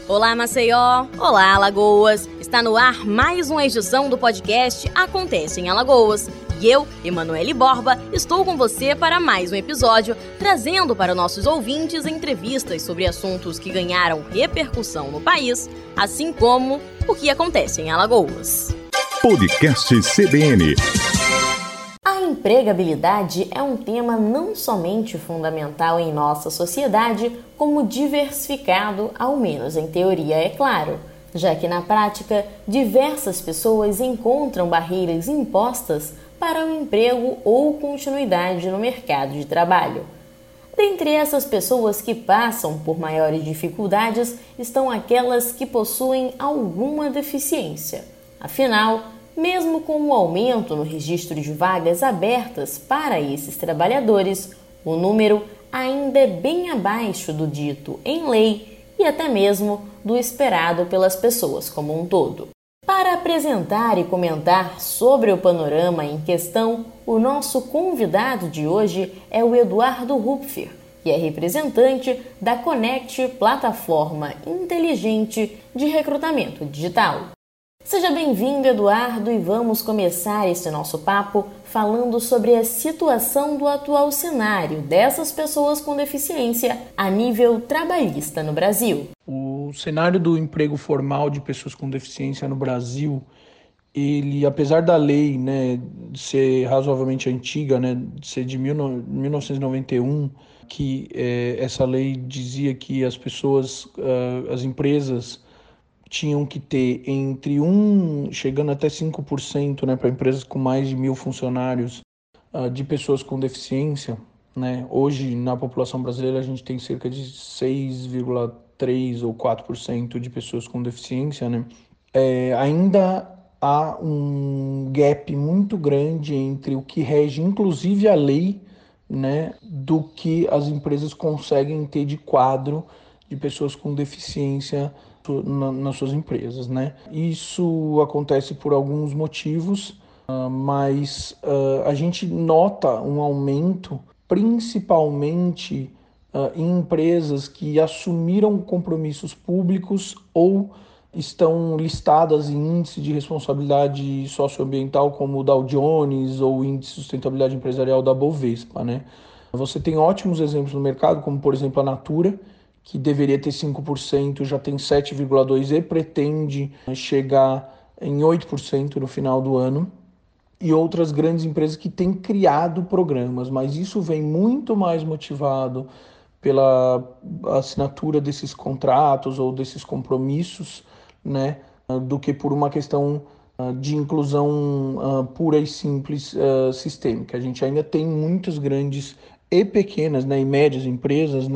Olá, Maceió! Olá, Alagoas! Está no ar mais uma edição do podcast Acontece em Alagoas. E eu, Emanuele Borba, estou com você para mais um episódio, trazendo para nossos ouvintes entrevistas sobre assuntos que ganharam repercussão no país, assim como o que acontece em Alagoas. Podcast CBN. A empregabilidade é um tema não somente fundamental em nossa sociedade, como diversificado, ao menos em teoria, é claro, já que na prática diversas pessoas encontram barreiras impostas para o emprego ou continuidade no mercado de trabalho. Dentre essas pessoas que passam por maiores dificuldades estão aquelas que possuem alguma deficiência. Afinal, mesmo com o aumento no registro de vagas abertas para esses trabalhadores, o número ainda é bem abaixo do dito em lei e até mesmo do esperado pelas pessoas como um todo. Para apresentar e comentar sobre o panorama em questão, o nosso convidado de hoje é o Eduardo Rupfer, que é representante da Connect, plataforma inteligente de recrutamento digital. Seja bem-vindo, Eduardo, e vamos começar esse nosso papo falando sobre a situação do atual cenário dessas pessoas com deficiência a nível trabalhista no Brasil. O cenário do emprego formal de pessoas com deficiência no Brasil, ele, apesar da lei, ser razoavelmente antiga, de ser de 1991, que essa lei dizia que as pessoas, as empresas tinham que ter chegando até 5%, para empresas com mais de 1.000 funcionários, de pessoas com deficiência. Hoje, na população brasileira, a gente tem cerca de 6,3% ou 4% de pessoas com deficiência. Ainda há um gap muito grande entre o que rege, inclusive, a lei, do que as empresas conseguem ter de quadro de pessoas com deficiência nas suas empresas. Isso acontece por alguns motivos, mas a gente nota um aumento, principalmente em empresas que assumiram compromissos públicos ou estão listadas em índice de responsabilidade socioambiental como o Dow Jones ou o índice de sustentabilidade empresarial da Bovespa. Você tem ótimos exemplos no mercado, como por exemplo a Natura, que deveria ter 5%, já tem 7,2% e pretende chegar em 8% no final do ano. E outras grandes empresas que têm criado programas, mas isso vem muito mais motivado pela assinatura desses contratos ou desses compromissos, do que por uma questão de inclusão pura e simples sistêmica. A gente ainda tem muitas grandes e pequenas, e médias empresas,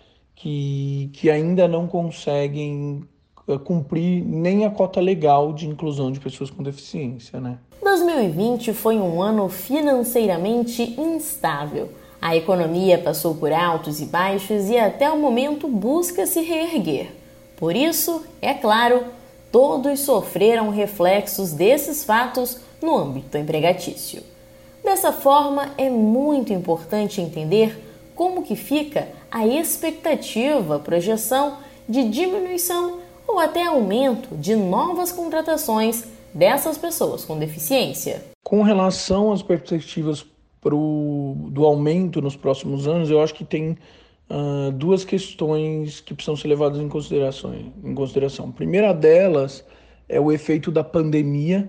que ainda não conseguem cumprir nem a cota legal de inclusão de pessoas com deficiência. 2020 foi um ano financeiramente instável. A economia passou por altos e baixos e até o momento busca se reerguer. Por isso, é claro, todos sofreram reflexos desses fatos no âmbito empregatício. Dessa forma, é muito importante entender como que fica a expectativa, projeção de diminuição ou até aumento de novas contratações dessas pessoas com deficiência. Com relação às perspectivas do aumento nos próximos anos, eu acho que tem duas questões que precisam ser levadas em consideração. A primeira delas é o efeito da pandemia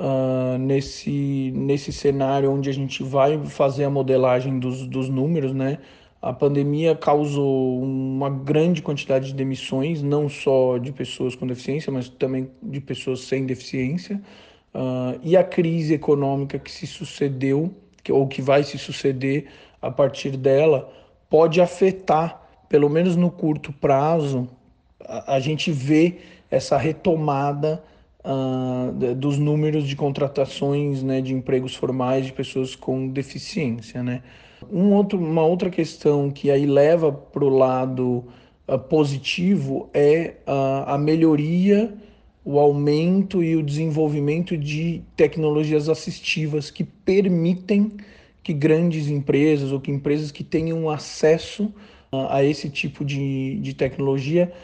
nesse cenário onde a gente vai fazer a modelagem dos números. A pandemia causou uma grande quantidade de demissões, não só de pessoas com deficiência, mas também de pessoas sem deficiência. E a crise econômica que se sucedeu, ou que vai se suceder a partir dela, pode afetar, pelo menos no curto prazo, a gente vê essa retomada dos números de contratações, de empregos formais de pessoas com deficiência. Uma outra questão que aí leva para o lado positivo é a melhoria, o aumento e o desenvolvimento de tecnologias assistivas que permitem que grandes empresas ou que empresas que tenham acesso a esse tipo de tecnologia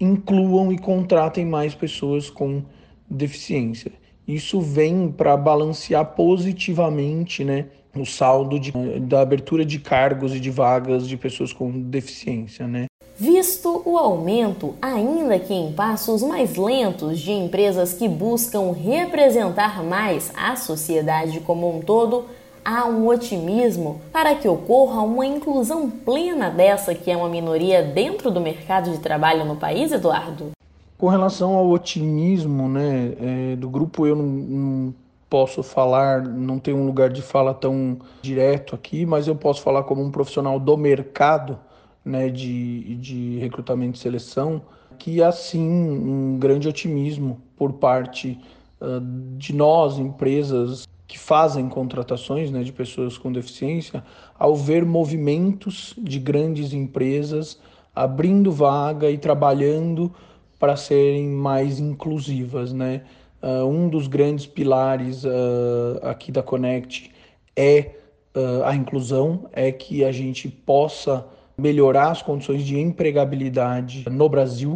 incluam e contratem mais pessoas com deficiência. Isso vem para balancear positivamente, né, o saldo da abertura de cargos e de vagas de pessoas com deficiência, né? Visto o aumento, ainda que em passos mais lentos, de empresas que buscam representar mais a sociedade como um todo, há um otimismo para que ocorra uma inclusão plena dessa que é uma minoria dentro do mercado de trabalho no país, Eduardo? Com relação ao otimismo, né, do grupo, eu não posso falar, não tenho um lugar de fala tão direto aqui, mas eu posso falar como um profissional do mercado, né, de recrutamento e seleção, que há sim um grande otimismo por parte de nós, empresas que fazem contratações, né, de pessoas com deficiência, ao ver movimentos de grandes empresas abrindo vaga e trabalhando para serem mais inclusivas, né? Um dos grandes pilares aqui da Connect é a inclusão, é que a gente possa melhorar as condições de empregabilidade no Brasil,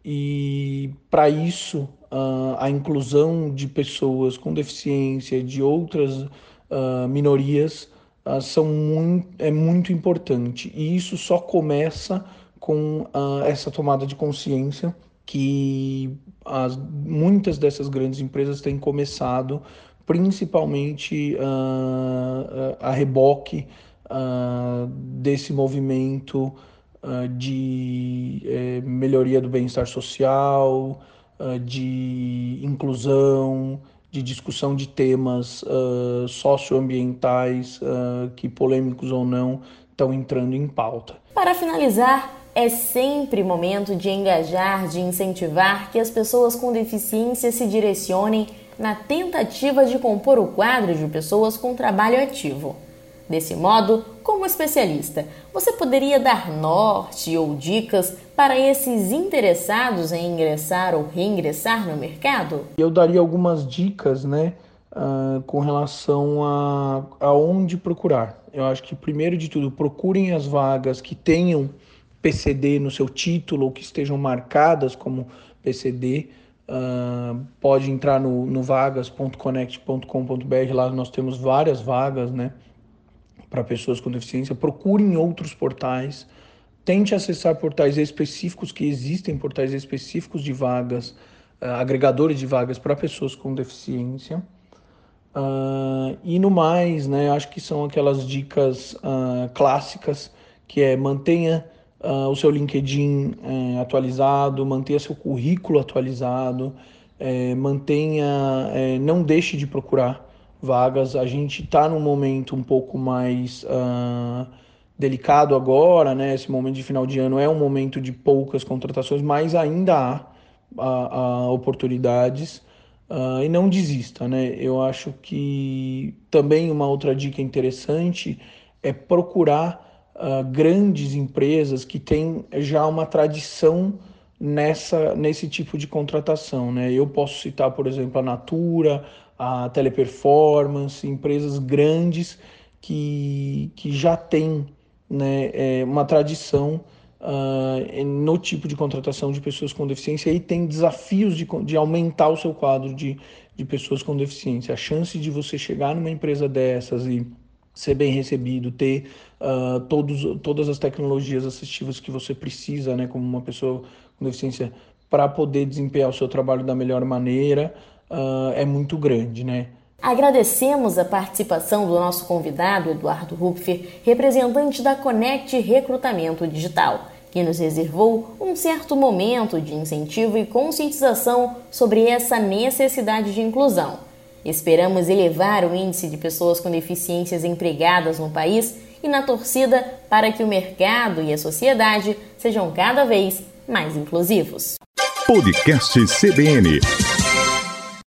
e para isso a inclusão de pessoas com deficiência, de outras minorias, é muito importante, e isso só começa com essa tomada de consciência que muitas dessas grandes empresas têm começado, principalmente a reboque desse movimento de melhoria do bem-estar social, de inclusão, de discussão de temas socioambientais que, polêmicos ou não, estão entrando em pauta. Para finalizar, é sempre momento de engajar, de incentivar que as pessoas com deficiência se direcionem na tentativa de compor o quadro de pessoas com trabalho ativo. Desse modo, como especialista, você poderia dar norte ou dicas para esses interessados em ingressar ou reingressar no mercado? Eu daria algumas dicas, né, com relação a onde procurar. Eu acho que, primeiro de tudo, procurem as vagas que tenham PCD no seu título ou que estejam marcadas como PCD. Pode entrar no vagas.connect.com.br, lá nós temos várias vagas, né, para pessoas com deficiência. Procurem outros portais, tente acessar portais específicos, que existem portais específicos de vagas, agregadores de vagas para pessoas com deficiência. E no mais, né, acho que são aquelas dicas clássicas, que é mantenha o seu LinkedIn atualizado, mantenha seu currículo atualizado, não deixe de procurar vagas. A gente está num momento um pouco mais delicado agora, né? Esse momento de final de ano é um momento de poucas contratações, mas ainda há oportunidades. E não desista, né? Eu acho que também uma outra dica interessante é procurar grandes empresas que têm já uma tradição nesse tipo de contratação, né? Eu posso citar, por exemplo, a Natura, a Teleperformance, empresas grandes que já têm, né, uma tradição no tipo de contratação de pessoas com deficiência, e tem desafios de aumentar o seu quadro de pessoas com deficiência. A chance de você chegar numa empresa dessas e ser bem recebido, ter todas as tecnologias assistivas que você precisa, né, como uma pessoa com deficiência, para poder desempenhar o seu trabalho da melhor maneira, é muito grande, né? Agradecemos a participação do nosso convidado, Eduardo Hupfer, representante da Connect Recrutamento Digital, que nos reservou um certo momento de incentivo e conscientização sobre essa necessidade de inclusão. Esperamos elevar o índice de pessoas com deficiências empregadas no país e na torcida para que o mercado e a sociedade sejam cada vez mais inclusivos. Podcast CBN.